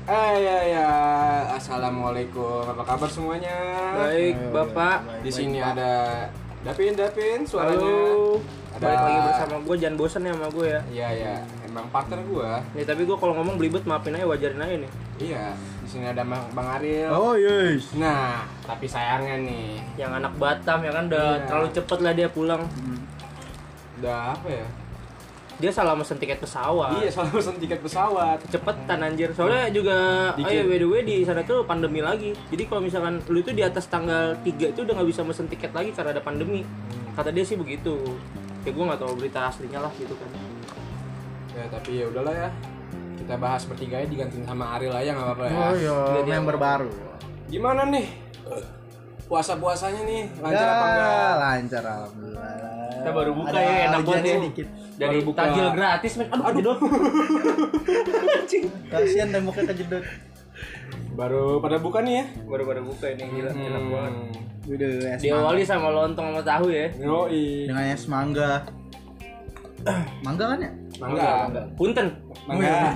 Ya. Assalamualaikum. Apa kabar semuanya? Baik, Bapak. Di sini ada Dapin suaranya. Halo. Ada Balik lagi bersama gue, jangan bosan ya sama gue ya. Iya. Emang partner gua. Nih, tapi gue kalau ngomong belibet maafin aja, wajarin aja nih. Iya. Di sini ada Bang Ariel. Oh yes. Nah, tapi sayangnya nih, Yang anak Batam ya kan udah Iya. terlalu cepet lah dia pulang. udah apa ya? Dia salah mesen tiket pesawat. Iya, selalu pesen tiket pesawat. Cepetan anjir. Soalnya juga Dikit. by the way di sana tuh pandemi lagi. Jadi kalau misalkan lu itu di atas tanggal 3 itu udah nggak bisa mesen tiket lagi karena ada pandemi. Kata dia sih begitu. Ya gue nggak tahu berita aslinya lah gitu kan. Ya, tapi ya udahlah ya. Kita bahas bertiga ya, digantiin sama Ariel aja nggak apa-apa ya. Oh iya, Dia member baru. Gimana nih? Puasa-puasanya nih, lancar apa enggak? Lancar alhamdulillah. Kita baru buka ya, enak banget ya. Dikit. Dari Baru buka. takjil gratis, men. Aduh, kejedot. Anjing. Kasihan temboknya kejedot. Baru pada buka nih ya? Baru buka ini gila, enak banget. Udah es Diawali sama lontong sama tahu ya. Yoi. dengan es mangga. Mangga kan ya? Mangga. Punten. Mangga.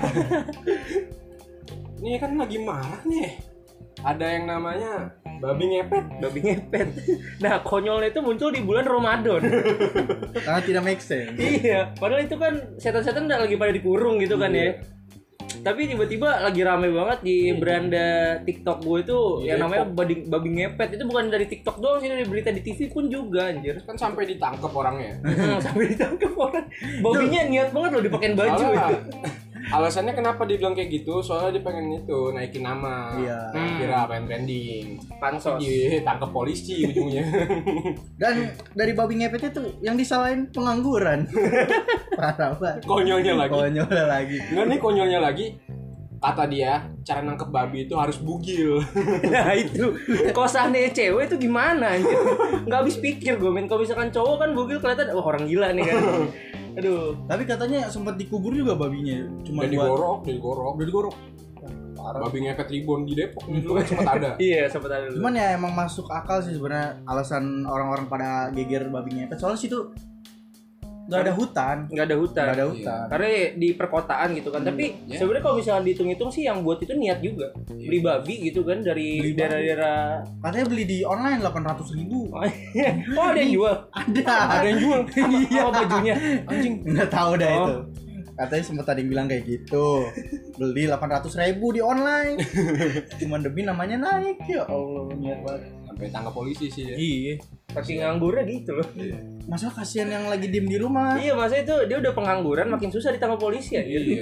Ini kan lagi marah nih. Ada yang namanya babi ngepet. Babi ngepet. Nah, konyolnya itu muncul di bulan Ramadan. Karena tidak make sense. Iya, padahal itu kan setan-setan udah lagi pada dikurung gitu kan ya. Tapi tiba-tiba lagi rame banget di beranda TikTok gue itu yang namanya babi ngepet. Itu bukan dari TikTok doang sih, dari berita di TV pun juga anjir. Kan sampai ditangkap orangnya. Sampai ditangkap orang. Babinya niat banget loh dipakein baju. Soalnya, alasannya kenapa dia bilang kayak gitu? Soalnya dia pengen itu naikin nama. Iya. Kira pengen trending. Pansos. Iya, tangkap polisi ujungnya. Dan dari babi ngepet itu yang disalahin pengangguran. Parah banget. Konyolnya lagi. Konyol lagi. Enggak nih, konyolnya lagi. Kata dia, cara nangkep babi itu harus bugil. Nah itu kosannya cewek itu gimana anjir. Nggak habis pikir gue men. Kalau misalkan cowok kan bugil kelihatan wah orang gila nih kan. Aduh. Tapi katanya sempat dikubur juga babinya. Cuma Dan digorok. Udah digorok. Babi ngepet ribon di Depok nih dulu kan sempat ada. Iya sempat ada dulu. Cuman ya emang masuk akal sih sebenarnya alasan orang-orang pada geger babi ngepet. Soalnya situ nggak ada hutan. Nggak ada hutan. Nggak ada hutan. Karena di perkotaan gitu kan. Tapi ya. sebenarnya kalau misalkan dihitung-hitung sih yang buat itu niat juga. Beli babi gitu kan dari Beli babi. daerah-daerah. Katanya beli di online 800.000. Oh ada yang jual. Ada yang jual. Iya. Oh bajunya. Anjing nggak tahu dah Oh. itu. Katanya sempat ada yang bilang kayak gitu. Beli 800.000 di online. Cuman demi namanya naik ya Allah niat banget. Sampai tangkap polisi sih ya. Iya. Saking nganggurnya gitu loh. Masalah kasihan yang lagi diem di rumah. Iya masa itu dia udah pengangguran makin susah ditangkap polisi ya. Iya.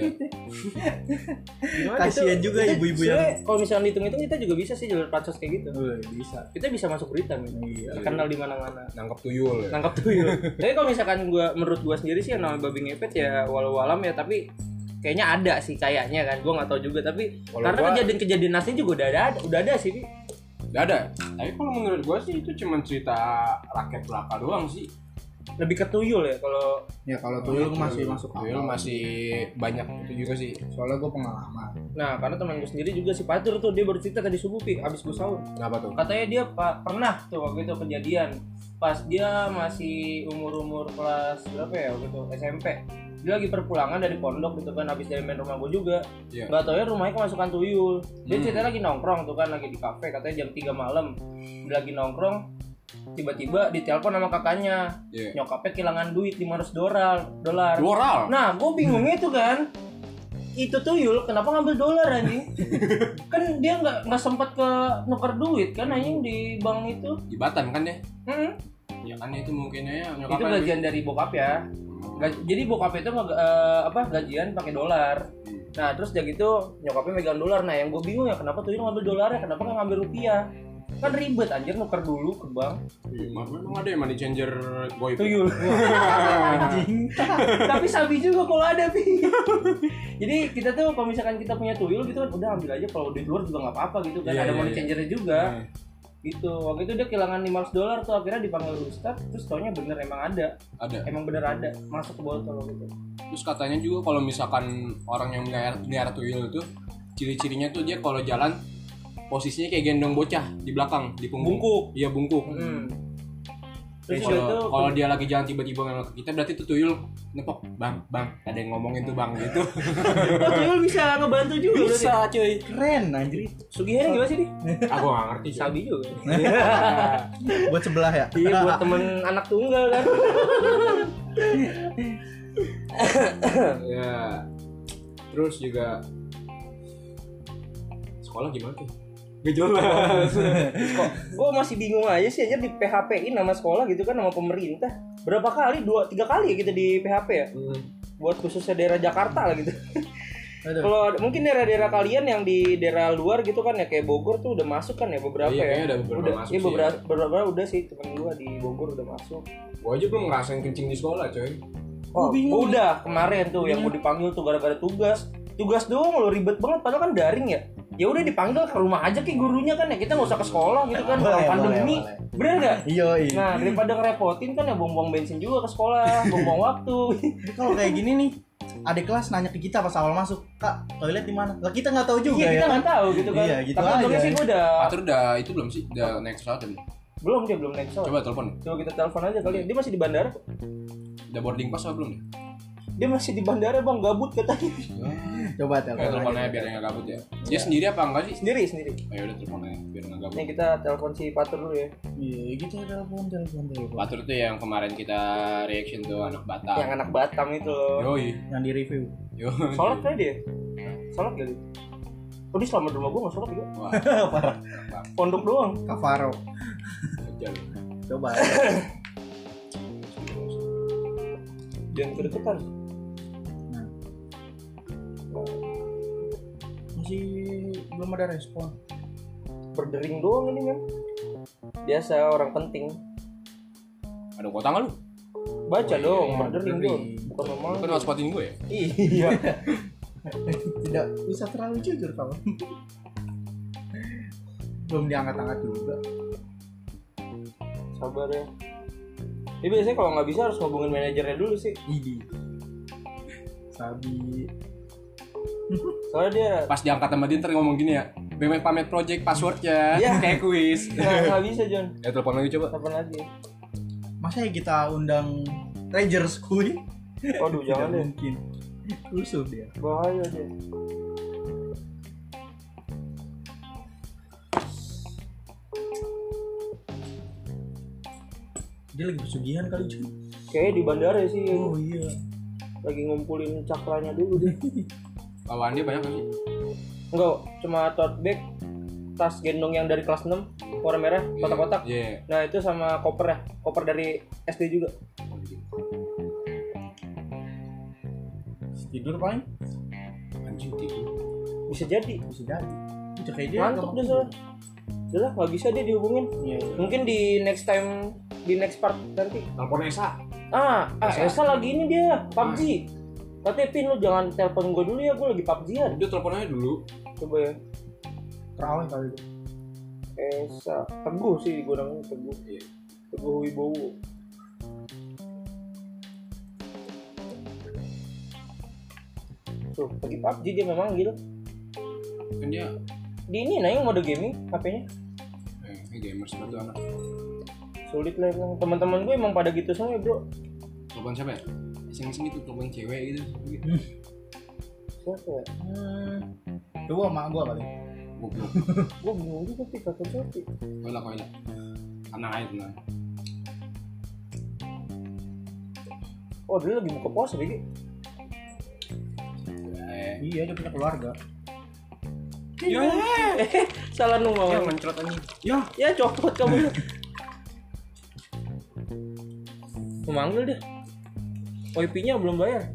Gimana Kasihan juga ibu-ibu yang- sebenarnya kalau misalnya dihitung-hitung kita juga bisa sih jalur pansos kayak gitu. Bisa. Kita bisa masuk berita men. Iya. Terkenal di mana-mana. Nangkep tuyul ya. Nangkap tuyul. Tapi kalau misalkan menurut gua sendiri sih yang namanya babi ngepet ya walau alam ya, tapi kayaknya ada sih kayaknya kan. Gua nggak tahu juga tapi Kalau karena gua- kejadian-kejadian asli juga udah ada sih. Pi. Gak ada. Tapi kalau menurut gua sih itu cuma cerita rakyat belaka doang sih. Lebih ke tuyul ya kalau Ya kalau tuyul masih masuk Tuyul akal. masih banyak itu juga sih. Soalnya gue pengalaman. nah karena teman gue sendiri juga si Fatur tuh dia baru cerita tadi subuh Pi abis gue sahur. Kenapa tuh? Katanya dia pernah tuh waktu itu kejadian pas dia masih umur kelas berapa ya waktu itu SMP. Dia lagi perpulangan dari pondok gitu kan habis dari main rumah gue juga. Iya. Nggak tahu ya rumahnya kemasukan tuyul. Dia cerita lagi nongkrong tuh kan lagi di kafe katanya jam 3 malam. Dia lagi nongkrong tiba-tiba ditelepon sama kakaknya. Iya. Nyokapnya kehilangan duit $500. Doral. Nah, gue bingungnya itu kan itu tuyul kenapa ngambil dolar anjing? Kan dia nggak sempat ke nuker duit kan anjing di bank itu. Di Batam kan ya? Hmm. Ya kan itu mungkin ya Itu gajian dari bokap ya. Jadi bokap itu gajian pakai dolar. Nah terus udah gitu nyokapnya megang dolar. Nah yang gue bingung ya kenapa tuyul ngambil dolarnya, kenapa nggak ngambil rupiah? Kan ribet anjir nuker dulu ke bank. Memang ada yang money changer goib. Tuyul. Anjing. Tapi sabi juga kalau ada Pi. Jadi kita tuh kalau misalkan kita punya tuyul gitu kan udah ambil aja, kalau di luar juga nggak apa-apa gitu kan. Iya, Ada iya, money iya. changernya juga. Nah, Gitu. Waktu itu dia kehilangan $500 tuh akhirnya dipanggil Ustadz, terus taunya bener emang ada. ada. Emang bener ada masuk ke botol gitu. Terus katanya juga kalau misalkan orang yang melihara tuyul itu ciri-cirinya tuh dia kalau jalan posisinya kayak gendong bocah di belakang, di punggung. Bungkuk. Iya, bungkuk. Terus juga itu Kalau dia lagi jalan tiba-tiba nengok ke kita, berarti tuh tuyul nepok, bang, ada yang ngomongin tuh bang gitu. oh, tuyul bisa ngebantu juga. Bisa cuy. Keren anjir. Sugihan gimana sih dia? Aku gak ngerti cuy. Sabi juga. Buat sebelah ya. Iya buat temen anak tunggal kan. Ya. Terus juga sekolah gimana tuh? Gak jelas. Kok gue masih bingung aja sih aja di PHP-in nama sekolah gitu kan nama pemerintah. Berapa kali? 2-3 kali ya kita di PHP ya. Buat khususnya daerah Jakarta lah gitu. Kalau mungkin daerah-daerah kalian yang di daerah luar gitu kan ya kayak Bogor tuh udah masuk kan ya beberapa Iya, ya. kayaknya udah beberapa masuk Iya sih beberapa udah sih temen gua di Bogor udah masuk. Gua aja belum ngerasain kencing di sekolah coy. Oh, udah kemarin tuh yang mau dipanggil tuh gara-gara tugas. Tugas doang lo ribet banget padahal kan daring ya. Ya udah dipanggil ke rumah aja ke gurunya kan ya kita nggak usah ke sekolah gitu kan Boleh, pandemi. boleh. Bener nggak? Iya. Nah daripada ngerepotin kan ya buang-buang bensin juga ke sekolah, buang-buang waktu. Kalau kayak gini nih, adik kelas nanya ke kita pas awal masuk, Kak, toilet di mana? Lah kita nggak tahu juga Iya ya. kita kan? nggak tahu gitu kan. Iya, gitu Tapi aja. untungnya sih gue udah Atur udah itu belum sih? Udah naik pesawat belum? dia belum naik pesawat. Coba telepon. Coba kita telepon aja kali. Dia masih di bandara. Udah boarding pass apa belum? Dia masih di bandara bang, gabut katanya. Coba Telepon aja biar nggak gabut ya. Dia sendiri apa enggak sih? Sendiri. Ayo udah telepon aja biar nggak gabut. Nih kita telepon si Patur dulu ya. Iya, gitu telepon. Patur tuh yang kemarin kita reaction tuh anak Batam. Yang anak Batam itu loh. Yoi. Yang di review. Yo. Sholat kali dia? Sholat kali? Oh dia selama di rumah gue gak sholat juga. Wah. Parah. Pondok doang. Kavaro. Ajar. Coba. Jangan kedekatan. Masih belum ada respon. Berdering doang ini kan. Biasa orang penting. Ada kuota nggak lu? Baca Oh, iya, dong, iya, berdering berdering. dong. Bukan memang. Lu kan hotspotin gue ya? Iya. Tidak bisa terlalu jujur kamu. Belum diangkat-angkat juga. Sabar ya. Dia biasanya kalau nggak bisa harus ngobongin manajernya dulu sih. Idi. Sabi. Soalnya dia Pas diangkat sama dia ntar ngomong gini ya. BMX Pamit Project passwordnya. Iya. Kayak kuis. nggak bisa John. Ya telepon lagi coba. Kapan lagi? Masa ya kita undang Rangers Kui? Waduh jangan deh. mungkin. Rusuh dia. Bahaya deh. Dia lagi pesugihan kali cuy. Kayaknya di bandara sih. Oh iya. Lagi ngumpulin cakranya dulu deh. Bawaan dia banyak gak sih? Enggak, cuma tote bag, tas gendong yang dari kelas 6 warna merah, kotak-kotak. Iya. Nah itu sama koper ya, koper dari SD juga. Tidur paling Anjing tidur. Bisa jadi. bisa jadi. Itu kayak dia. Ngantuk dia soalnya. Udah lah, nggak bisa dia dihubungin. Iya. Mungkin di next time, di next part nanti. Telepon Esa. Esa lagi ini dia, PUBG. Katanya Pin lu jangan telepon gue dulu ya, gue lagi PUBG-an. Udah telepon aja dulu. Coba ya. Terawih kali itu. Esa, Teguh sih gue namanya Teguh. Iya. Teguh Wibowo. Tuh, lagi PUBG dia memang gitu. Kan dia Di ini nanya mode gaming HP-nya. gamers banget anak. Sulit lah emang. Teman-teman gue emang pada gitu semua, Bro. Telepon siapa ya? Iseng-iseng itu telepon cewek gitu. Siapa ya? Coba emak gua kali. Goblok. Gue bingung juga sih kata siapa. Koila. Tenang aja tenang. Oh, dia lagi buka puasa, Begi. Iya, dia punya keluarga. Ya, salah numang. Ya mencrot anjing. Ya, copot kamu. Memanggil dia. WiFi-nya belum bayar.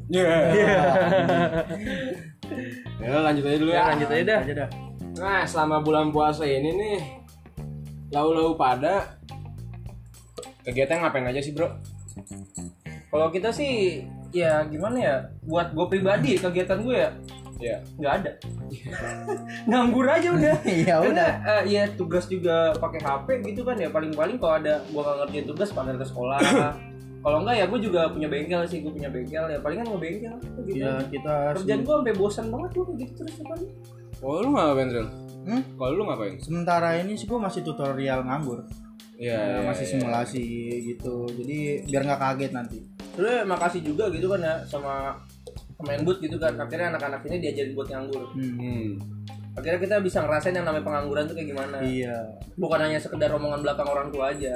Ya lanjut aja dulu ya. Lanjut aja dah. Aja dah. Nah, selama bulan puasa ini nih, lau-lau pada kegiatan ngapain aja sih, Bro? Kalau kita sih ya gimana ya? Buat gue pribadi kegiatan gue ya Iya. nggak ada. Nganggur aja udah. Ya udah. Karena ya tugas juga pakai HP gitu kan ya, paling-paling kalau ada gue nggak ngerjain tugas panggil ke sekolah. Kalau enggak ya gue juga punya bengkel sih, gue punya bengkel ya palingan mau bengkel gitu. Ya kita Kerjaan gue sampai bosan banget gue kayak gitu terus apa nih? Kalau lu ngapain, Ril? Hmm? Kalau lu ngapain? sementara ini sih gua masih tutorial nganggur. Iya, masih simulasi gitu. Jadi biar nggak kaget nanti. Sebenarnya makasih juga gitu kan ya sama Kemendut gitu kan. Akhirnya anak-anak ini diajarin buat nganggur. Akhirnya kita bisa ngerasain yang namanya pengangguran tuh kayak gimana. Iya. Bukan hanya sekedar omongan belakang orang tua aja.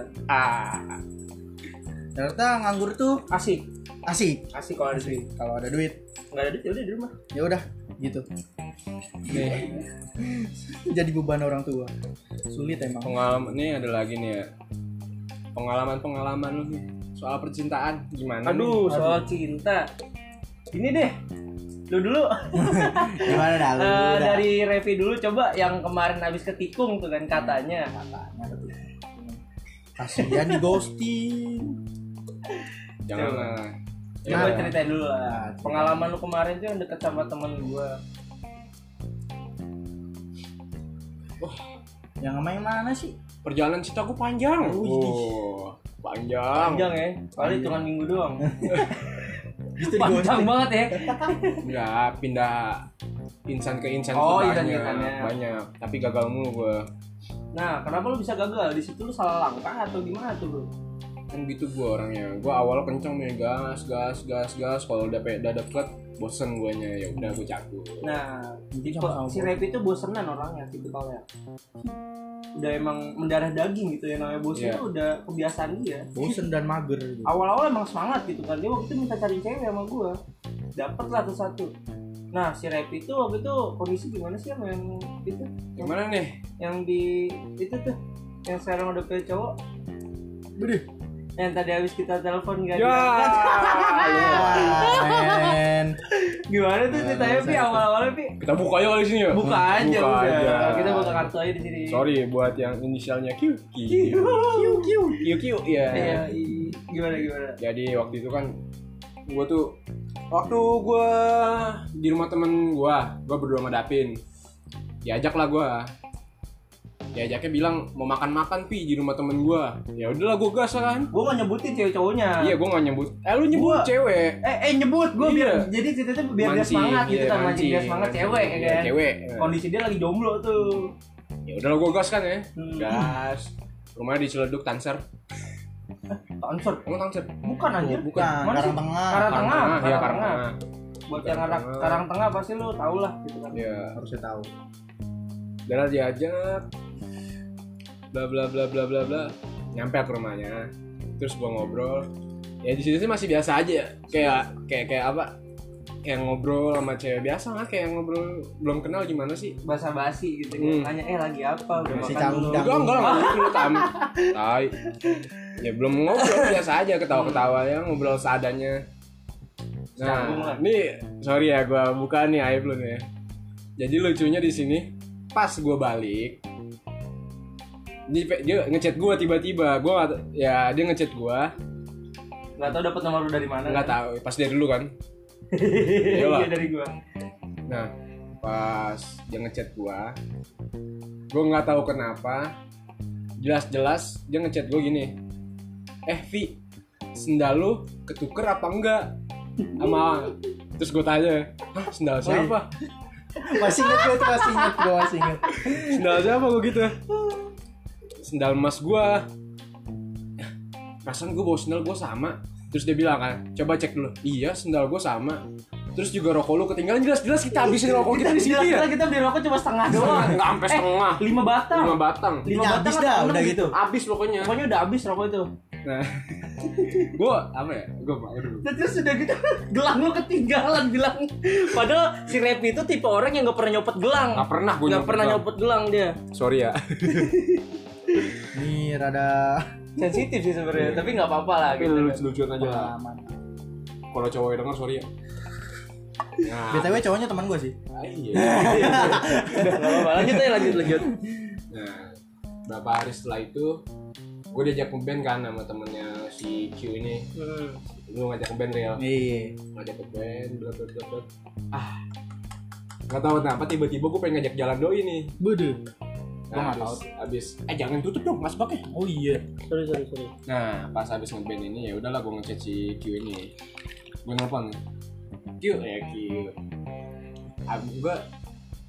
Ternyata nganggur tuh Asik. asik. Asik kalau ada duit. Kalau ada duit, Enggak ada duit ya udah di rumah. ya udah gitu. Nih, Jadi beban orang tua. Sulit emang. pengalaman nih ada lagi nih ya. Pengalaman lu nih soal percintaan gimana? Aduh, soal cinta. Ini deh. Lu dulu. Gimana dah lu? Dah. Dari Revi dulu coba yang kemarin habis ketikung tuh kan katanya. Kasihan di ghosting. Jangan lah. Coba Nah, ceritain dulu lah. nah, Pengalaman lu kemarin tuh yang deket sama temen gua. Yang sama yang mana sih? Perjalanan cintaku panjang. Panjang. Panjang ya. Kali hitungan minggu doang. Gitu di Panjang ghosting. banget ya. Enggak, pindah insan ke insan Oh, tuh insan ke banyak, insannya. banyak. Tapi gagal mulu gua. Nah, kenapa lu bisa gagal? Di situ lu salah langkah atau gimana tuh lu? Kan gitu gua orangnya. Gua awal kenceng nih, gas. Kalau udah deket bosen guanya, ya udah gua cabut. Nah, tipe sama-sama si Revi itu bosenan orangnya tipikalnya. Udah emang mendarah daging gitu ya namanya bosen Iya. itu udah kebiasaan dia. Bosen dan mager gitu. Awal-awal emang semangat gitu kan. Dia waktu itu minta cari cewek sama gua. Dapet lah satu-satu. Nah, si Revi itu waktu itu kondisi gimana sih sama yang itu? Gimana nih? Yang di itu tuh yang sekarang udah punya cowok. Bede. Yang tadi habis kita telepon gak Ya. Men. Gimana tuh ceritanya Pi awal-awalnya Pi? Kita buka aja kali sini ya. Buka aja Buka udah. aja. Kita buka kartu aja di sini. Sorry buat yang inisialnya Q. Q. Ya. Iya, gimana? Jadi waktu itu kan gue tuh waktu gue di rumah temen gue berdua sama Dapin, diajak lah gue, diajaknya bilang mau makan Pi di rumah temen gue, ya udahlah gue gas lah kan. Gue gak nyebutin cewek cowoknya. Iya gue nggak nyebut, lu nyebut Gua- cewek. Nyebut gue biar Iya. jadi ceritanya biar dia semangat gitu kan, mancing dia semangat cewek ya Iya, kan. cewek. Kondisi dia lagi jomblo tuh. Ya udahlah gue gas kan ya, gas. Rumahnya di Ciledug, Tanser. Tanser. Emang Tanser? Bukan anjir. Bukan, Mana sih? Karang Tengah. Karang Tengah. Iya Karang Tengah. Buat yang Karang Tengah pasti lu tau lah gitu kan. Iya. Harusnya tahu. Udah diajak, bla bla bla bla bla bla, nyampe ke rumahnya, terus gua ngobrol. Ya di situ sih masih biasa aja, kayak apa? Kayak ngobrol sama cewek biasa lah, kayak ngobrol belum kenal gimana sih? Basa-basi gitu kan. Tanya lagi apa? Udah Masih makan belum? canggung. Enggak lu tai. Ya belum ngobrol biasa aja, ketawa-ketawa ya, ngobrol seadanya. Canggung lah. Nah, nih sorry ya gua buka nih aib lu nih ya. Jadi lucunya di sini pas gua balik, dia ngechat gua tiba-tiba, dia ngechat gua, Gak tau dapet nomor lu dari mana. nggak tahu pas dari dulu kan. Iyalah. Iya dari gua. Nah pas dia ngechat gua nggak tahu kenapa, jelas-jelas dia ngechat gua gini, Vi, sendal lu ketuker apa enggak sama, terus gua tanya, hah sendal siapa? Masih inget gue. Sendal siapa gua gitu? Sendal mas gua. Perasaan gua bawa sendal gua sama. Terus dia bilang kan, coba cek dulu. Iya sendal gua sama. Terus juga rokok lu ketinggalan, jelas-jelas kita habisin rokok kita di sini ya. Jelas-jelas kita beli rokok cuma setengah doang. Enggak sampai setengah. 5 batang. 5 batang. 5 Ini batang habis atau dah, 6 udah gitu. Habis pokoknya. Pokoknya udah habis rokok itu. Nah, gua apa ya? Gua aduh. Dan terus udah gitu gelang lu ketinggalan bilang. Padahal si Repi itu tipe orang yang gak pernah nyopot gelang. Nggak pernah gua Nggak pernah nyopot gelang dia. Sorry ya. Ini rada Sensitif sih sebenarnya, tapi nggak apa-apa lah Tapi gitu. lucu-lucuan aja lah. pengalaman. Kalau cowoknya denger sorry ya. Nah, BTW cowoknya teman gue sih. iya. Udah nggak apa-apa, lanjut. Nah, berapa hari setelah itu gue diajak ngeband kan sama temennya si Q ini. Lu ngajak ngeband real. Iya. Ngajak ngeband, bla. Gak tau kenapa tiba-tiba gue pengen ngajak jalan doi nih. Bede. Nah, Gua nggak abis jangan tutup dong mas baknya. Oh iya. Sorry. Nah pas abis ngeband ini ya udahlah gue ngechat si Q ini. Gue nelfon Q. Gue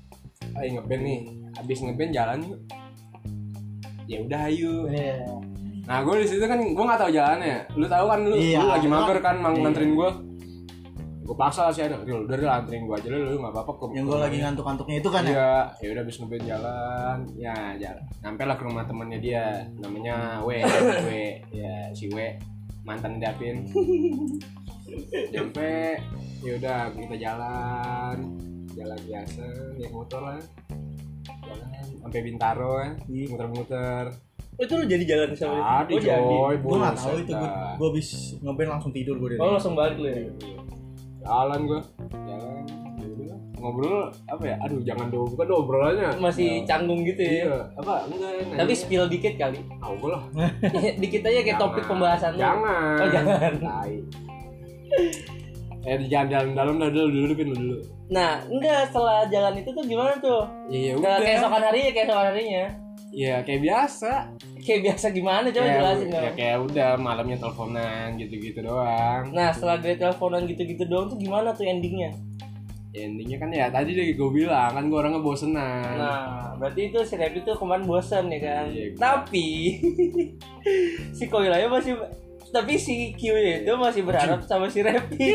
ngeband nih. Abis ngeband jalan yuk. Ya udah ayo. Nah gue di situ kan gue nggak tahu jalannya. Lu tahu kan lu lagi mager kan nganterin gue. Gue paksa lah sih ada. Udah anterin gue aja lu nggak apa-apa kok. Yang gue lagi ngantuk-ngantuknya itu kan ya. Ya udah habis ngebet jalan. Ya jalan. Sampai lah ke rumah temennya dia. Namanya W. Ya si W mantan Dapin. Sampai ya udah kita jalan biasa naik motor lah. Jalan sampai Bintaro kan. Muter-muter. Itu lu jadi jalan sama dia? Coy, gue nggak tahu itu. Gue habis ngeband langsung tidur gue. Langsung balik lu ya? Jalan gue, ngobrol apa ya? Aduh jangan bukan obrolannya. Masih canggung gitu ya? Iya, apa? Enggak. Tapi spill dikit kali. Gue lah. Dikit aja kayak topik pembahasan lu. Jangan. Oh jangan. Di jalan dalam dah dulu. Nah, enggak setelah jalan itu tuh gimana tuh? Iya udah. Keesokan harinya. Iya kayak biasa. Kayak biasa gimana? Coba jelasin dong. Ya kayak udah malamnya teleponan gitu-gitu doang. Nah setelah gue teleponan gitu-gitu doang tuh gimana tuh endingnya? Endingnya kan ya tadi udah gue bilang kan gue orangnya bosenan. Nah berarti itu si Repi tuh kemarin bosen ya kan? Iya, tapi si Koilanya masih. Tapi si Q itu masih berharap sama si Repi.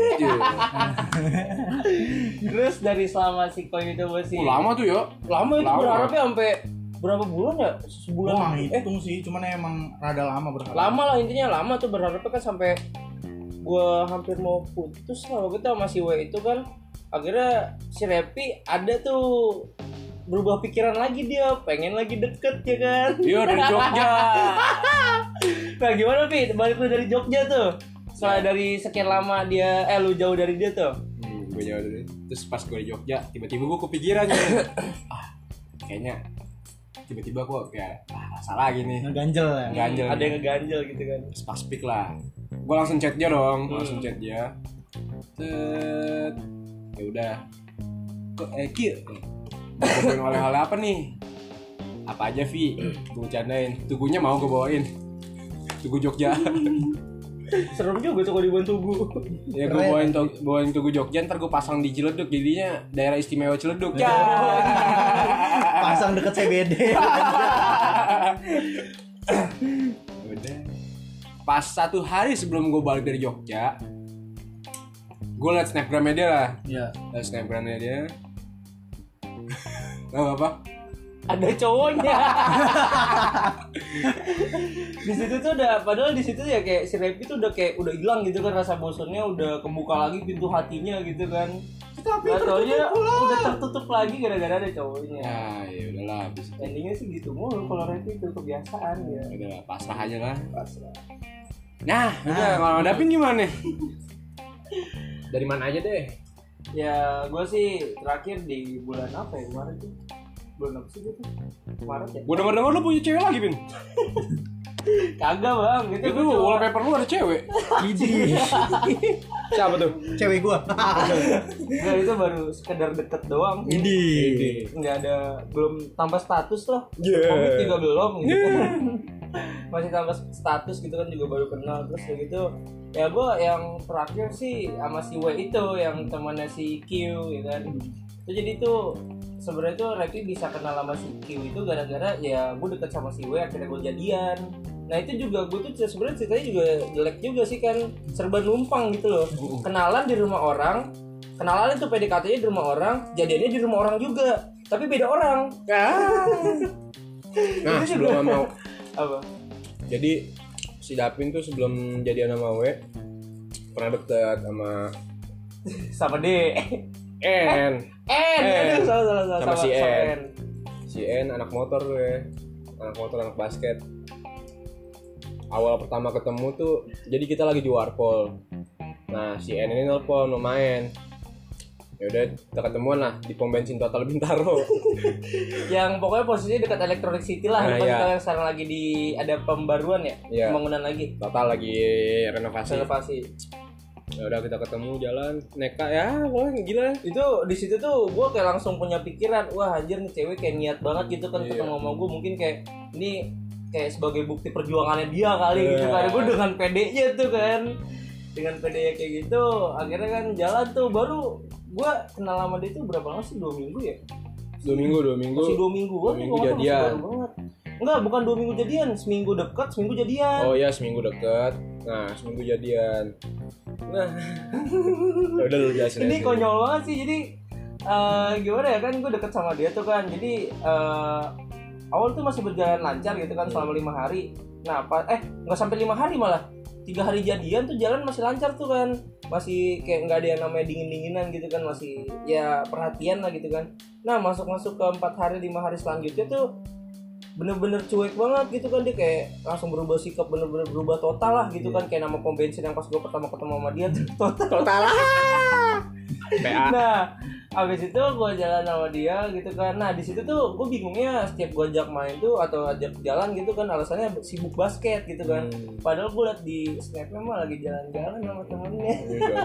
Terus dari selama si Koi itu masih lama tuh ya? Lama itu berharapnya sampai berapa bulan ya? Sebulan. Wah, hitung sih, cuman emang rada lama berharap. Lama lah intinya lama tuh berharapnya kan sampai gua hampir mau putus lah waktu itu sama si W itu kan. Akhirnya si Repi ada tuh berubah pikiran lagi, dia pengen lagi deket ya kan. Iya dari Jogja. Nah gimana Pi, balik lu dari Jogja tuh setelah dari sekian lama dia lu jauh dari dia tuh. Gue jauh dari. Terus pas gue di Jogja tiba-tiba gue kepikiran kayaknya tiba-tiba kok kayak salah lagi nih. Ngeganjel ya. Ada yang ngeganjel gitu kan. Pas speak lah. Gue langsung chat dia dong, langsung chat dia. Ya udah. Kok Ki ngomongin oleh-oleh apa nih? Apa aja Vi? Gue bercandain. Tugunya mau gue bawain. Tugu Jogja. Serem juga tuh kalau dibawain Tugu. Ya gue bawain Tugu Jogja, ntar gue pasang di Ciledug, jadinya daerah istimewa Ciledug. Ya. Pasang deket CBD. Udah. Pas 1 hari sebelum gue balik dari Jogja, gue liat snapgramnya dia lah. Iya. Liat snapgramnya dia. Tahu apa? Ada cowoknya. Di situ tuh padahal di situ ya kayak si Repi tuh udah hilang gitu kan, rasa bosannya udah kebuka lagi pintu hatinya gitu kan. Tapi taunya udah tertutup lagi gara-gara ada cowoknya. Ya udahlah habis. Endingnya sih gitu mulu kalau Repi itu kebiasaan ya. Udah pasrah aja lah. Pasrah. Nah, udah kalau Dapin gimana? Dari mana aja deh? Ya gue sih terakhir di bulan apa ya kemarin tuh? Bulan apa sih gitu? Maret ya? Gue denger lu punya cewek lagi, Bin. Kagak bang, itu wallpaper lu ada cewek. Idi. Siapa tuh? Cewek gua. Enggak, itu baru sekedar deket doang. Idi. Enggak ada, belum tambah status lah. Yeah. Komit juga belum gitu. Masih tambah status gitu kan, juga baru kenal. Terus kayak gitu. Ya gua yang terakhir sih sama si W itu yang temannya si Q gitu kan. Itu jadi tuh sebenarnya tuh Repi bisa kenal sama si Q itu gara-gara ya gue deket sama si W, akhirnya gue jadian. Nah itu juga gue tuh sebenarnya ceritanya juga jelek juga sih kan, serba numpang gitu loh. Kenalan di rumah orang, kenalan itu PDKT-nya di rumah orang, jadiannya di rumah orang juga, tapi beda orang. Nah sebelum mau apa? Jadi si Dapin tuh sebelum jadian sama W pernah deket sama D. N. Aduh, salah. Sama si N. Si N anak motor gue. Anak motor, anak basket. Awal pertama ketemu tuh, jadi kita lagi di Warpol. Nah, si N ini nelpon mau main. Ya udah, kita ketemuan lah di pom bensin Total Bintaro. Yang pokoknya posisinya dekat Electronic City lah. Nah, iya. Yang sekarang lagi ada pembaruan ya, iya. Pembangunan lagi. Total lagi renovasi. Ya udah kita ketemu jalan neka ya, wah gila. Itu di situ tuh gue kayak langsung punya pikiran, wah anjir nih cewek kayak niat banget gitu kan ketemu sama gue, mungkin kayak ini kayak sebagai bukti perjuangannya dia kali gitu kan. Gue dengan PD-nya tuh kan, dengan PD-nya kayak gitu, akhirnya kan jalan tuh. Baru gue kenal sama dia tuh berapa lama sih, 2 minggu ya? 2 minggu. Masih 2 minggu. 2 minggu jadian. Enggak, bukan 2 minggu jadian, seminggu deket, seminggu jadian. Oh iya, seminggu deket. Nah, seminggu jadian. Nah. Ya udah lu jelasin. Ini aja. konyol banget sih. Jadi gimana ya, kan gue deket sama dia tuh kan. Jadi awal tuh masih berjalan lancar gitu kan selama 5 hari. Nah, nggak sampai 5 hari malah. 3 hari jadian tuh jalan masih lancar tuh kan. Masih kayak nggak ada yang namanya dingin-dinginan gitu kan, masih ya perhatian lah gitu kan. Nah, masuk ke 4 hari 5 hari selanjutnya tuh bener-bener cuek banget gitu kan, dia kayak langsung berubah sikap, bener-bener berubah total lah gitu kan, kayak nama pom bensin yang pas gue pertama ketemu sama dia tuh total lah. PA. Nah, abis itu gue jalan sama dia gitu kan. Nah, di situ tuh gue bingungnya, setiap gue ajak main tuh atau ajak jalan gitu kan, alasannya sibuk basket gitu kan. Padahal gue liat di snapnya mah lagi jalan-jalan sama temennya.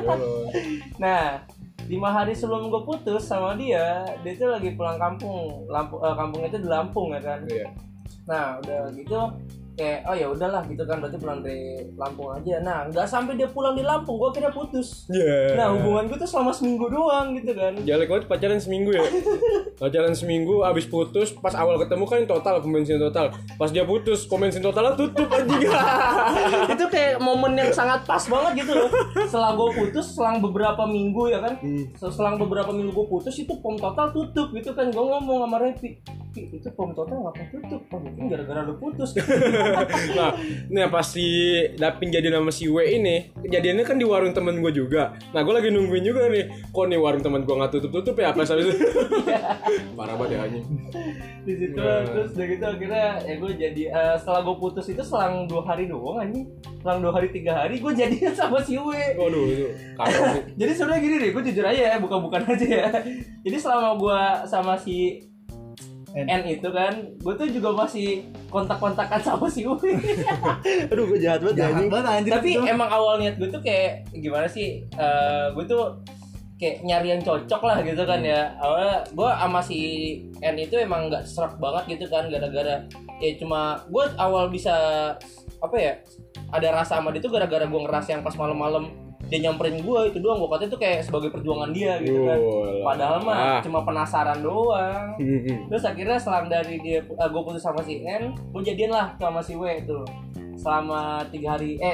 Nah, 5 hari sebelum gue putus sama dia tuh lagi pulang kampung. Kampungnya itu di Lampung ya kan. Iya. Nah, udah gitu kayak oh ya udahlah gitu kan, berarti pulang dari Lampung aja. Nah, nggak sampai dia pulang di Lampung, gue kira putus. Yeah. Nah, hubungan gue tuh selama seminggu doang gitu kan. Jelek banget pacaran seminggu ya. Pacaran seminggu, abis putus, pas awal ketemu kan total, pom bensin total. Pas dia putus, pom bensin totalnya tutup anjing. Itu kayak momen yang sangat pas banget gitu loh. Setelah gue putus, selang beberapa minggu ya kan. Selang beberapa minggu gue putus, itu pom total tutup gitu kan. Gue ngomong sama Revi, itu pom total ngapa tutup? Oh, mungkin gara-gara udah putus. Nah, ini pas si Dapin jadian sama si W ini, kejadiannya kan di warung temen gue juga. Nah, gue lagi nungguin juga nih, kok nih warung temen gue nggak tutup ya apa habis itu. Parah banget ya anjing. Di situ terus udah gitu akhirnya ya gue jadi setelah gue putus itu selang 2 hari doang anjing. Selang 2 hari 3 hari gue jadian sama si W. Waduh, itu kacau. Jadi sebenarnya gini nih, gue jujur aja ya, bukan aja ya. Jadi selama gue sama si N itu kan, gue tuh juga masih kontak-kontakan sama si Uwi. Aduh, gue jahat banget anjir. Tapi emang awal niat gue tuh kayak gimana sih? Gue tuh kayak nyari yang cocok lah gitu kan ya. Awalnya gue sama si N itu emang nggak serak banget gitu kan, gara-gara ya cuma gue awal bisa apa ya? Ada rasa sama dia tuh gara-gara gue ngerasa yang pas malam-malam dia nyamperin gue, itu doang. Gue katanya tuh kayak sebagai perjuangan dia gitu kan. Padahal mah cuma penasaran doang. Terus akhirnya selang dari dia gue putus sama si N, gue jadian lah sama si W itu selama 3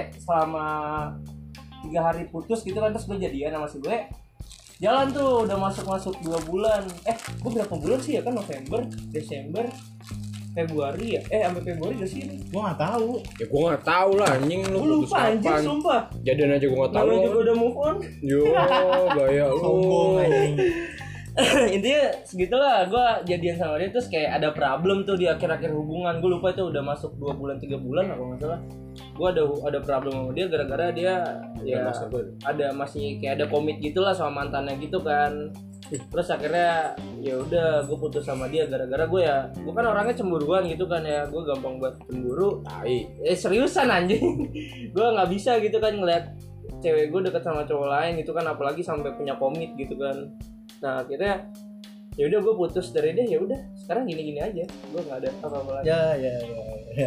hari putus gitu kan. Terus gue jadian sama si W, jalan tuh udah masuk 2 bulan. Gue berapa bulan sih ya kan, November, Desember, Februari ya? Sampai Februari udah sini. Gua enggak tahu. Ya gua enggak tahu lah anjing, lu Gue lupa anjing, sumpah. Jadian aja gua enggak tahu. Lalu juga udah move on. Yo, gaya lu. Sombong anjing. Intinya segitulah, gue jadian sama dia. Terus kayak ada problem tuh di akhir-akhir hubungan. Gue lupa itu udah masuk 2 bulan 3 bulan apa nggak salah. Gue ada problem sama dia gara-gara dia ya ada masih kayak ada komit gitulah sama mantannya gitu kan. Terus akhirnya ya udah gue putus sama dia gara-gara gue kan orangnya cemburuan gitu kan ya. Gue gampang buat cemburu. Seriusan anjing. Gue nggak bisa gitu kan ngeliat cewek gue deket sama cowok lain gitu kan, apalagi sampai punya komit gitu kan. Nah akhirnya ya udah gue putus dari dia. Ya udah sekarang gini-gini aja, gue nggak ada apa-apa lagi. Ya.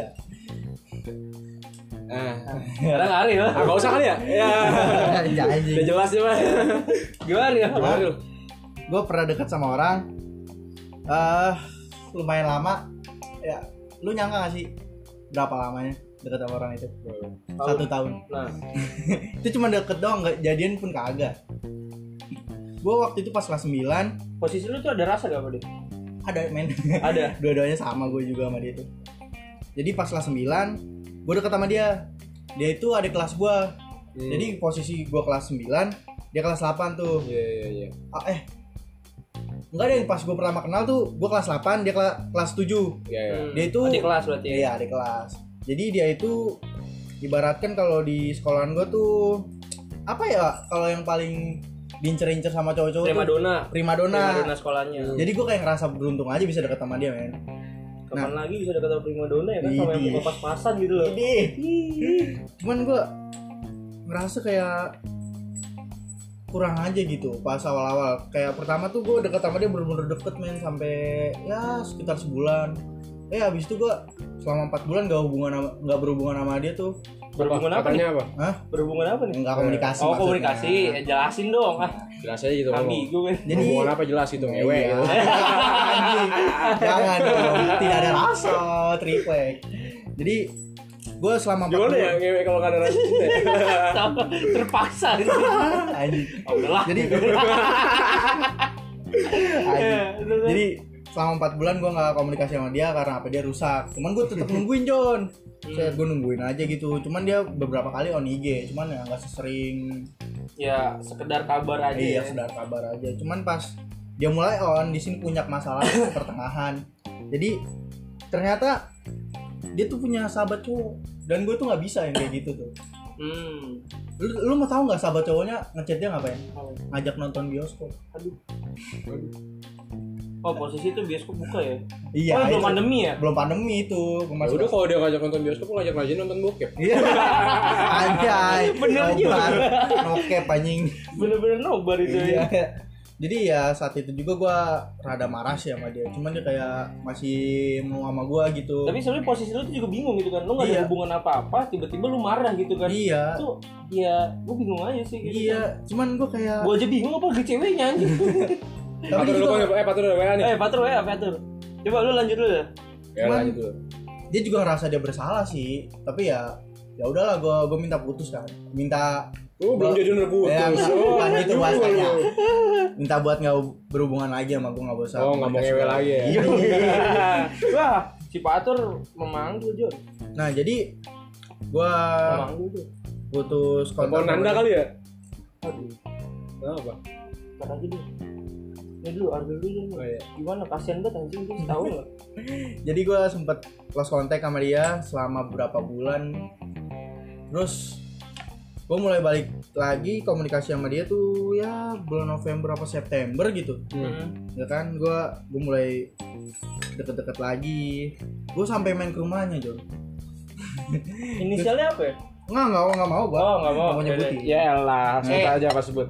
Sekarang hari loh. Nggak usah kali ya? Ya. Udah jelas ya Pak. Gimana ya? Gue pernah dekat sama orang lumayan lama. Ya, lu nyangka gak sih berapa lamanya dekat sama orang itu? 1 tahun. Nah Itu cuma deket doang, nggak jadian pun kagak. Gue waktu itu pas kelas 9. posisi lu tuh ada rasa gak sama dia? Ada men. Ada. Dua-duanya sama, gue juga sama dia tuh. Jadi pas kelas 9 gue deket sama dia. Dia itu adik kelas gue. Jadi posisi gue kelas 9, dia kelas 8 tuh. Iya. Enggak deh, pas gue pertama kenal tuh gue kelas 8, dia kelas 7. Iya. Dia itu adik kelas berarti ya? Iya, adik kelas. Jadi dia itu ibaratkan kalau di sekolahan gue tuh apa ya, kalau yang paling diincer-incer sama cowok-cowok primadona sekolahnya. Jadi gue kayak ngerasa beruntung aja bisa deket sama dia, men. Kapan lagi bisa deket sama primadona ya kan, sama yang muka pas-pasan gitu loh. Cuman gue ngerasa kayak kurang aja gitu pas awal-awal. Kayak pertama tuh gue deket sama dia bener-bener deket, men, sampai ya sekitar sebulan. Habis itu gue selama 4 bulan gak berhubungan sama dia tuh. Berhubungan apa nih? Katanya apa? Hah? Berhubungan apa nih? Enggak komunikasi. Oh, maksudnya. komunikasi. Jelasin dong. Jelas aja gitu ngomong. Ambigu kan. Jadi Hubungan apa jelas gitu ngewe Iya. gitu. Anjing. Jangan dong, tidak ada rasa triplek. Jadi gue selama 4 Gimana bulan ya ngewe kalau nggak ada rasa cinta? Terpaksa. Anjing. Oh, udahlah. Jadi Anjing. Jadi selama 4 bulan gue nggak komunikasi sama dia karena apa, dia rusak. Cuman gue tetap nungguin John. Gue nungguin aja gitu. Cuman dia beberapa kali on IG. Cuman ya nggak sesering. Ya sekedar kabar aja. Iya, Ya. sedar kabar aja. Cuman pas dia mulai on di sini punya masalah pertengahan. Jadi ternyata dia tuh punya sahabat cowok dan gue tuh nggak bisa yang kayak gitu tuh. Lu mau tahu nggak sahabat cowoknya ngechat dia ngapain? Ngajak nonton bioskop. Aduh. Oh, posisi itu bioskop buka ya? Iya. Oh, belum itu. pandemi ya? Belum pandemi itu. Ya udah kalau dia ngajak nonton bioskop, ngajak aja nonton bokep. Iya. Anjay. Bener juga. Nokep anjing. Bener-bener nobar itu ya. Iya. Jadi ya saat itu juga gua rada marah sih sama dia. Cuman dia kayak masih mau sama gua gitu. Tapi sebenarnya posisi lu tuh juga bingung gitu kan. Lu enggak ada Iya. hubungan apa-apa, tiba-tiba lu marah gitu kan. Iya. Itu ya gua bingung aja sih gitu. Iya. Cuman gua kayak. Gua aja bingung apa lagi ceweknya anjing. Tapi Patur dia dulu juga, kan, patur dulu WA nih. Patur ya, patur. Coba lu lanjut dulu ya. Ya Cuman- lanjut dulu. dia juga ngerasa dia bersalah sih. Tapi ya udahlah gua minta putus kan. Minta Belum jadi udah putus. ya, bukan gitu dulu. bahasanya. Minta buat nggak berhubungan lagi sama gua, nggak usah. Oh, nggak mau ngewe lagi ya? Iya. Wah, si Patur memanggil Jon. Nah jadi gua Memanggil tuh. putus kontak. Telepon Nanda sama kali ya? Aduh, Kenapa? kata aja dulu. Ya dulu, ambil dulu Jon. Oh iya. Gimana kasihan banget anjing dia tahu enggak? dia. Jadi gua sempet lost contact sama dia selama beberapa bulan. Terus gua mulai balik lagi komunikasi sama dia tuh ya bulan November apa September gitu. Ya kan gua mulai deket-deket lagi. Gua sampai main ke rumahnya Jon. Inisialnya apa ya? Nggak mau gua. Oh, enggak mau. Nggak mau nyebutin. Ya elah. Sebut aja apa sebut.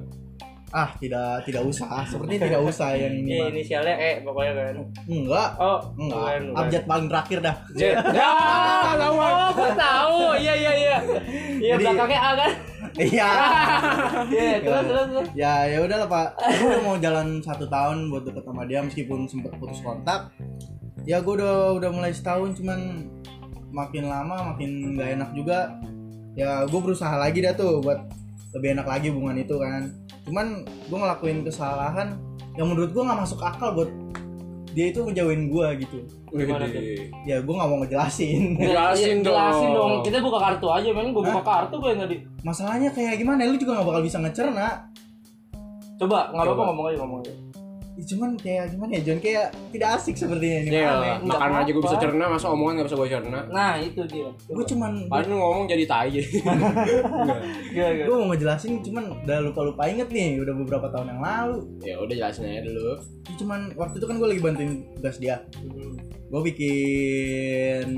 Tidak usah. Sepertinya tidak usah yang ini mah. Inisialnya pokoknya kan. Enggak. Oh, Enggak. bukan. Abjad paling terakhir dah. Jet. Ya, tahu. Oh, gua tahu. Iya. Iya, Jadi- belakangnya A kan? Iya. Iya, terus. Ya udahlah Pak. Gue udah mau jalan 1 tahun buat deket sama dia meskipun sempet putus kontak. Ya gue udah mulai setahun, cuman makin lama makin nggak enak juga. Ya gue berusaha lagi dah tuh buat lebih enak lagi hubungan itu kan. Cuman gue ngelakuin kesalahan yang menurut gue nggak masuk akal buat dia itu ngejauhin gue gitu. Gimana tuh? Ya gue nggak mau ngejelasin. Jelasin dong. Jelasin dong. Kita buka kartu aja, men. Gua buka kartu gue yang tadi. Masalahnya kayak gimana? Lu juga nggak bakal bisa ngecerna. Coba, enggak apa-apa Coba. ngomong aja. Ya, cuman kayak gimana ya John, kayak tidak asik sepertinya ini. Ya, Aneh. makan aja gue bisa apa. cerna, masa omongan gak bisa gue cerna. Nah, itu dia. Gue cuman Paling lu ngomong jadi tai jadi. Gila. gue mau ngejelasin cuman udah lupa inget nih, udah beberapa tahun yang lalu. Ya udah jelasin aja dulu. Ya, cuman waktu itu kan gue lagi bantuin tugas dia. Gue bikin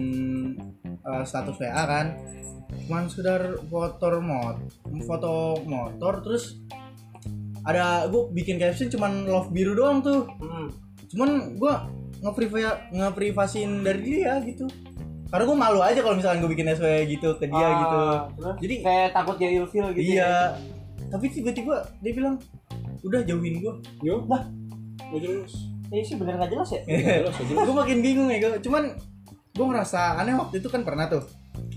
status WA kan, cuman sekedar foto motor terus ada gue bikin caption cuman love biru doang tuh. Cuman gue ngeprivasin dari dia gitu. Karena gue malu aja kalau misalkan gue bikin SW gitu ke dia gitu. Terus Jadi kayak takut dia ilfil gitu. iya. Tapi tiba-tiba dia bilang udah jauhin gue. Yo, bah. Gue jelas. Ya sih bener enggak jelas ya? Jelas, jelas. Gue makin bingung ya. Cuman gue ngerasa aneh waktu itu kan pernah tuh.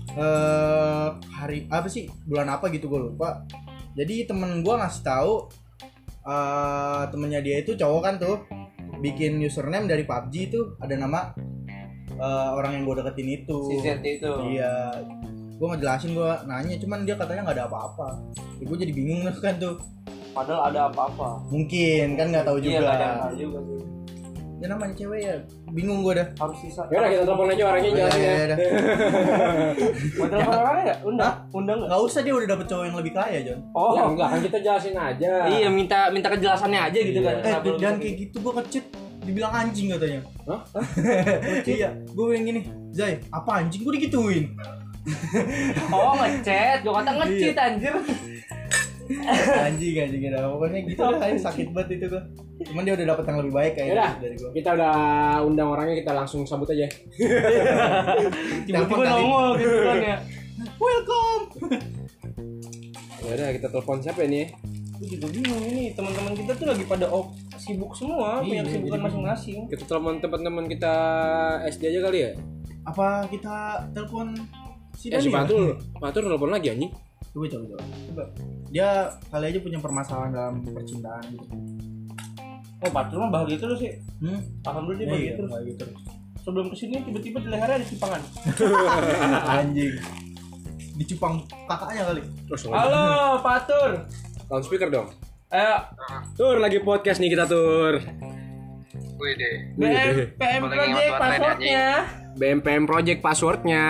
Hari apa sih? Bulan apa gitu gue lupa. Jadi temen gue ngasih tahu temennya dia itu cowok kan tuh bikin username dari PUBG itu ada nama orang yang gue deketin itu. Si Z itu. Iya. Gue ngejelasin, gue nanya, cuman dia katanya nggak ada apa-apa. Ya, gue jadi bingung kan tuh. Padahal ada apa-apa. Mungkin kan nggak tahu juga. Iya, enggak ada yang tahu juga sih. Ya namanya cewek ya, bingung gue dah. Harus bisa. Yaudah kita telepon aja orangnya jelasin ya. Ya, Mau telepon orangnya enggak? Undang enggak? nggak usah, dia udah dapet cowok yang lebih kaya John. Oh, Ya enggak kan kita jelasin aja. iya minta kejelasannya aja gitu Iya. kan. Kenapa lu Dan bisa kayak gitu gue ngechat dibilang anjing katanya. Hah? Iya, gue bilang gini, Zai, apa anjing, gue digituin. Oh, ngechat. Gua kata ngecit anjir. Anjing gitu. Pokoknya gitu dah, kayak sakit banget itu gue. Cuman dia udah dapet yang lebih baik Yaudah, kayaknya dari gue. kita udah undang orangnya, kita langsung sambut aja. Tiba-tiba Telepon tadi. nongol gitu kan ya. welcome. Ya udah kita telepon siapa ini? Gue juga bingung ini, teman-teman kita tuh lagi pada sibuk semua, punya kesibukan masing-masing. Kita telepon teman-teman kita SD aja kali ya? Apa kita telepon si Si Dani? Patur telepon lagi anjing. Coba. Dia kali aja punya permasalahan dalam percintaan gitu. Oh, Patur mah bahagia terus sih. Alhamdulillah dia bahagia terus. Bahagia terus. Sebelum kesini tiba-tiba di lehernya ada cipangan. Anjing. Dicupang kakaknya kali. Terus Halo, Patur. loudspeaker dong. Ayo, Tur lagi podcast nih kita Tur. Wih deh. BMPM Boleh Project ngewas online, passwordnya. BMPM Project passwordnya.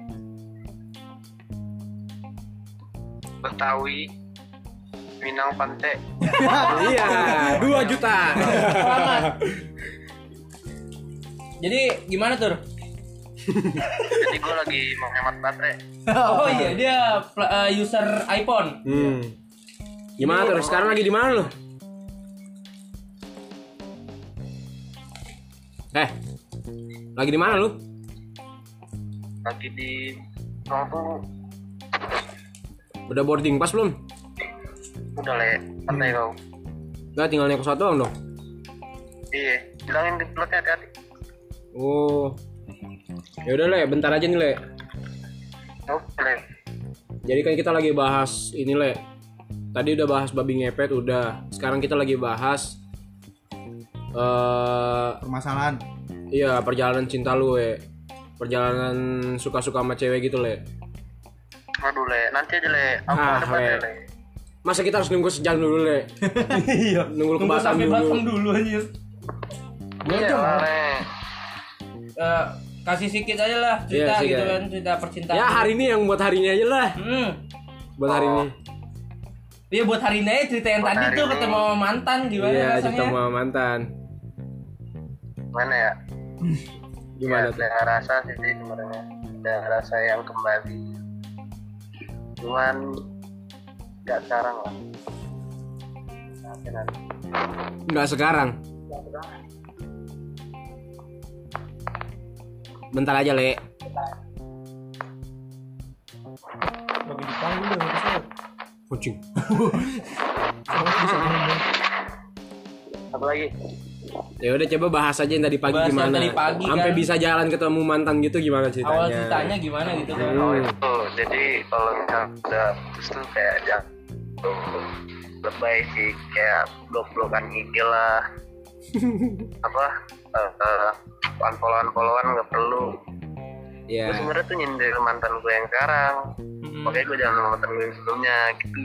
Betawi Minang Pante. Iya, 2 juta. Selamat. Jadi gimana Tur? Jadi gue lagi mau hemat baterai. Oh iya, dia user iPhone. Gimana Tur? Sekarang lagi di mana lu? Lagi di mana lu? Lagi di Tunggu. Udah boarding pass belum? Udah le, santai kau. Enggak, tinggal naik pesawat doang dong. Iya, bilangin di pilotnya hati-hati. Oh. Ya udah Le, bentar aja nih Le. Oke le. Jadi kan kita lagi bahas ini Le. Tadi udah bahas babi ngepet udah. Sekarang kita lagi bahas Permasalahan. iya perjalanan cinta lu perjalanan suka-suka sama cewek gitu Le. Waduh le, nanti aja le. Aku Ah, ada baterai Le. le. Masa kita harus nunggu sejam dulu Le? Iya. Nunggu ke Tunggu Batam sampai dulu. Batam dulu anjir. Iya le. Kasih sedikit aja lah cerita Iya, gitu sedikit. kan, cerita percintaan. Ya hari ini yang buat hari ini aja lah. Buat hari ini. Iya buat hari ini aja cerita yang Buat tadi hari tuh ini. ketemu sama mantan gimana Iya, rasanya? kita sama mantan. Mana ya? Gimana Ya, tuh? ada rasa sih sebenarnya. Ada rasa yang kembali. Cuman nggak sekarang lah. Nanti. Enggak sekarang. Bentar aja Le. Lagi dipanggil udah kesel. Kucing. Apa lagi? Ya udah coba bahas aja yang tadi pagi Bahas yang gimana. tadi pagi, Sampai kan. bisa jalan ketemu mantan gitu gimana ceritanya? Awal ceritanya gimana gitu kan? Oh itu, jadi kalau misalnya udah putus tuh kayak jangan lebay sih, kayak blok-blokan IG lah, apa, unfollowan nggak perlu. Ya. Gue sebenarnya tuh nyindir mantan gue yang sekarang, makanya gue jangan sama mantan gue yang sebelumnya gitu.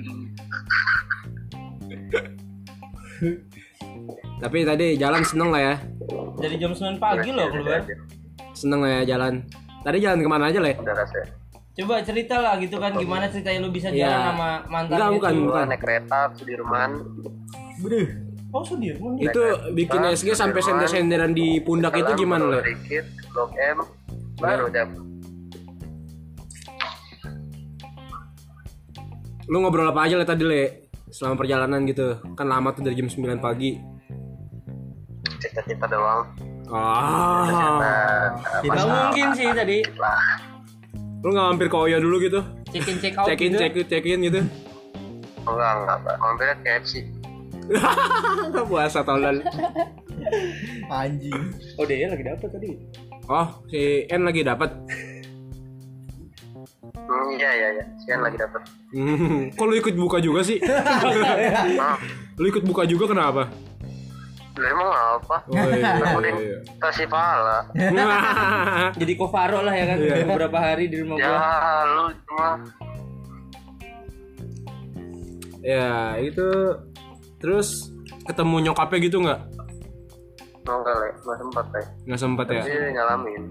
Tapi tadi jalan seneng lah ya. Dari jam 9 pagi loh keluar. Seneng lah ya jalan. Tadi jalan kemana aja Le? Udah rasanya. Coba cerita lah gitu kan gimana ceritanya lu bisa Iya. jalan sama mantan Enggak, gitu. bukan. Gue naik kereta Sudirman. Oh Sudirman. Itu bikin SG sampai sender-senderan di pundak itu Jalan gimana Le? Dikit, Blok M, baru dapet. Lu ngobrol apa aja Le tadi Le? Selama perjalanan gitu. Kan lama tuh dari jam 9 pagi. Cita-cita doang. Gak mungkin sih tadi. Lu nggak mampir ke Oyo dulu gitu? Check in check out Check in, gitu. check in gitu? Enggak, Pak. Mampirnya KFC. Puasa tolol. Anjing. Oh dia lagi dapet tadi. Oh, si N lagi dapat. Iya. Sian lagi dapet. Kok lu ikut buka juga sih? Lu ikut buka juga kenapa? Lah emang apa? Oh, iya. Kasih pahala. Jadi Kofaro lah ya kan beberapa hari di rumah Ya, gua. lu cuma Ya itu. Terus ketemu nyokapnya gitu nggak? enggak le, nggak sempat le. Nggak sempat ya? Jadi nyalamin,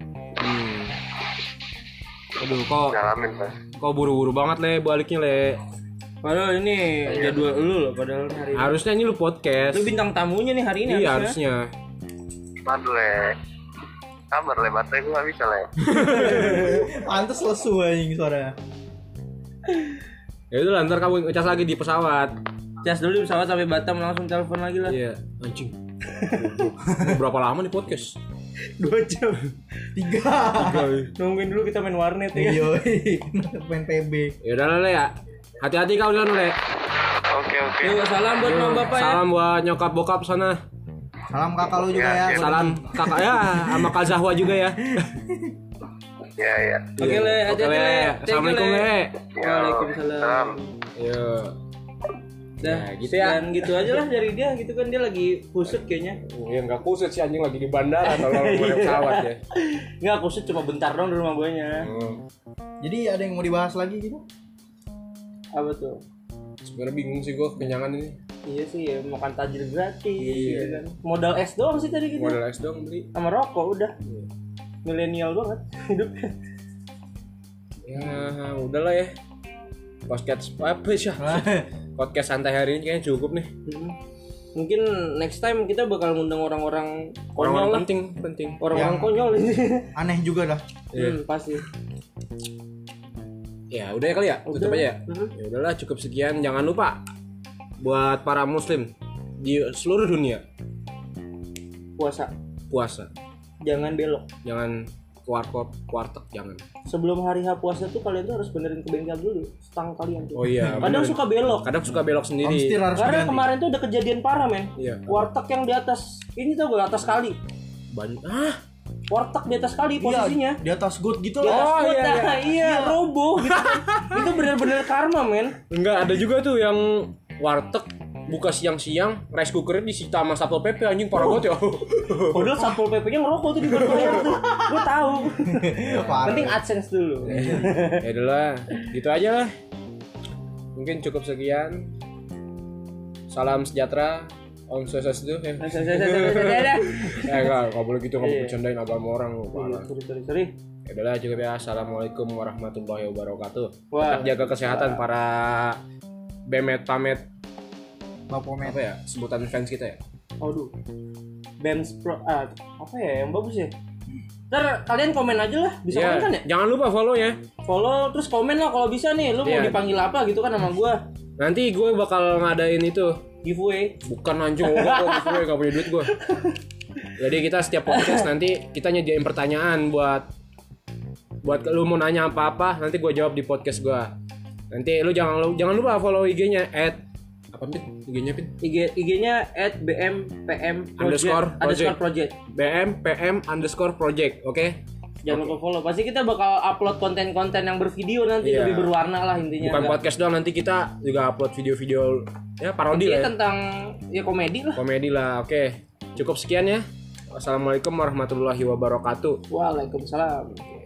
Aduh, kok buru-buru banget Le baliknya Le. Padahal ini jadwal lu loh padahal hari ini. Harusnya ini lu podcast. Lu bintang tamunya nih hari ini Iya harusnya. Aduh le, kabar le, baterai gue nggak bisa le. Pantes lesu anjing suaranya. Ya itu lah, ntar kamu ngecas lagi di pesawat. Cas dulu di pesawat sampai Batam langsung telepon lagi lah. Iya, anjing. Mau berapa lama nih podcast? 2 jam. 3. Nungguin dulu kita main warnet ya. Iya, main PB. Ya udah lah Le ya. Hati-hati kau di sana Le. Oke. Yuk, salam buat mama bapak ya. Salam buat nyokap bokap sana. Salam kakak lu juga ya. Salam kakak ya sama Kak Zahwa juga ya. Ya. Oke Le, Oke hati-hati Le. Le. Assalamualaikum Le. Waalaikumsalam. Yo. Dah, Ya, gitu ya. Dan gitu aja lah dari dia gitu kan, dia lagi kusut kayaknya. Ya enggak kusut sih anjing lagi di bandara atau naik pesawat ya. Enggak kusut, cuma bentar dong di rumah guanya. Jadi ada yang mau dibahas lagi gitu? Apa tuh? Sebenarnya bingung sih gua kenyangan ini. Iya sih ya, makan tajil gratis Iya. gitu kan. Modal es doang sih tadi gitu. Modal es dong beli. Sama rokok udah. Milenial banget hidupnya. Ya udahlah ya. Podcast apa sih? Podcast santai hari ini kayaknya cukup nih. Mungkin next time kita bakal ngundang orang-orang konyol lah. Penting. Orang-orang Yang- konyol ini. Aneh juga dah. Pasti. Ya udah ya kali ya, tutup aja ya. Ya udahlah cukup sekian. Jangan lupa buat para muslim di seluruh dunia puasa. Jangan belok. Jangan warteg jangan. Sebelum hari H puasa tuh kalian tuh harus benerin ke bengkel dulu stang kalian tuh. Oh iya. Kadang bener. suka belok. Kadang suka belok sendiri. Konstir harus Karena diganti. kemarin tuh ada kejadian parah men. Iya. Warteg yang di atas ini tuh gue atas kali. Banyak. Warteg di atas kali posisinya. Iya, di atas got gitu Di lah. atas Oh, kota, iya. iya, roboh gitu kan. Itu bener-bener karma men. Enggak ada juga tuh yang warteg buka siang-siang, rice cookernya disita sama Satpol PP anjing parah banget ya. Padahal Satpol PP-nya ngerokok tuh di bayar tuh. Gue tahu. Parah. Penting AdSense dulu. Ya udahlah, gitu aja lah. Mungkin cukup sekian. Salam sejahtera. Om Swastiastu. Ya enggak boleh gitu, enggak boleh bercandain agama orang lu, parah. Sorry. Ya udahlah cukup ya. Assalamualaikum warahmatullahi wabarakatuh. Wah. Tetap jaga kesehatan para bemet pamet Bapomet. apa ya sebutan fans kita ya. Aduh. Benz Pro apa ya yang bagus ya? Ntar kalian komen aja lah, bisa Iya, komen kan ya? jangan lupa follow ya. Follow terus komen lah kalau bisa nih, lu mau Iya. dipanggil apa gitu kan sama gua. Nanti gue bakal ngadain itu. Giveaway. Bukan anjing, gue gak punya duit gue. Jadi kita setiap podcast nanti kita nyediain pertanyaan buat lu mau nanya apa-apa, nanti gue jawab di podcast gue. Nanti lu jangan lupa follow IG-nya apa Pin? IG-nya Pin? IG-nya @bmpm_project. BMPM_project, oke? Jangan lupa follow. Pasti kita bakal upload konten-konten yang bervideo nanti, Iya. lebih berwarna lah intinya. Bukan podcast doang, nanti kita juga upload video-video ya parodi lah ya. tentang ya komedi lah. Komedi lah, oke. Cukup sekian ya. Wassalamualaikum warahmatullahi wabarakatuh. Waalaikumsalam.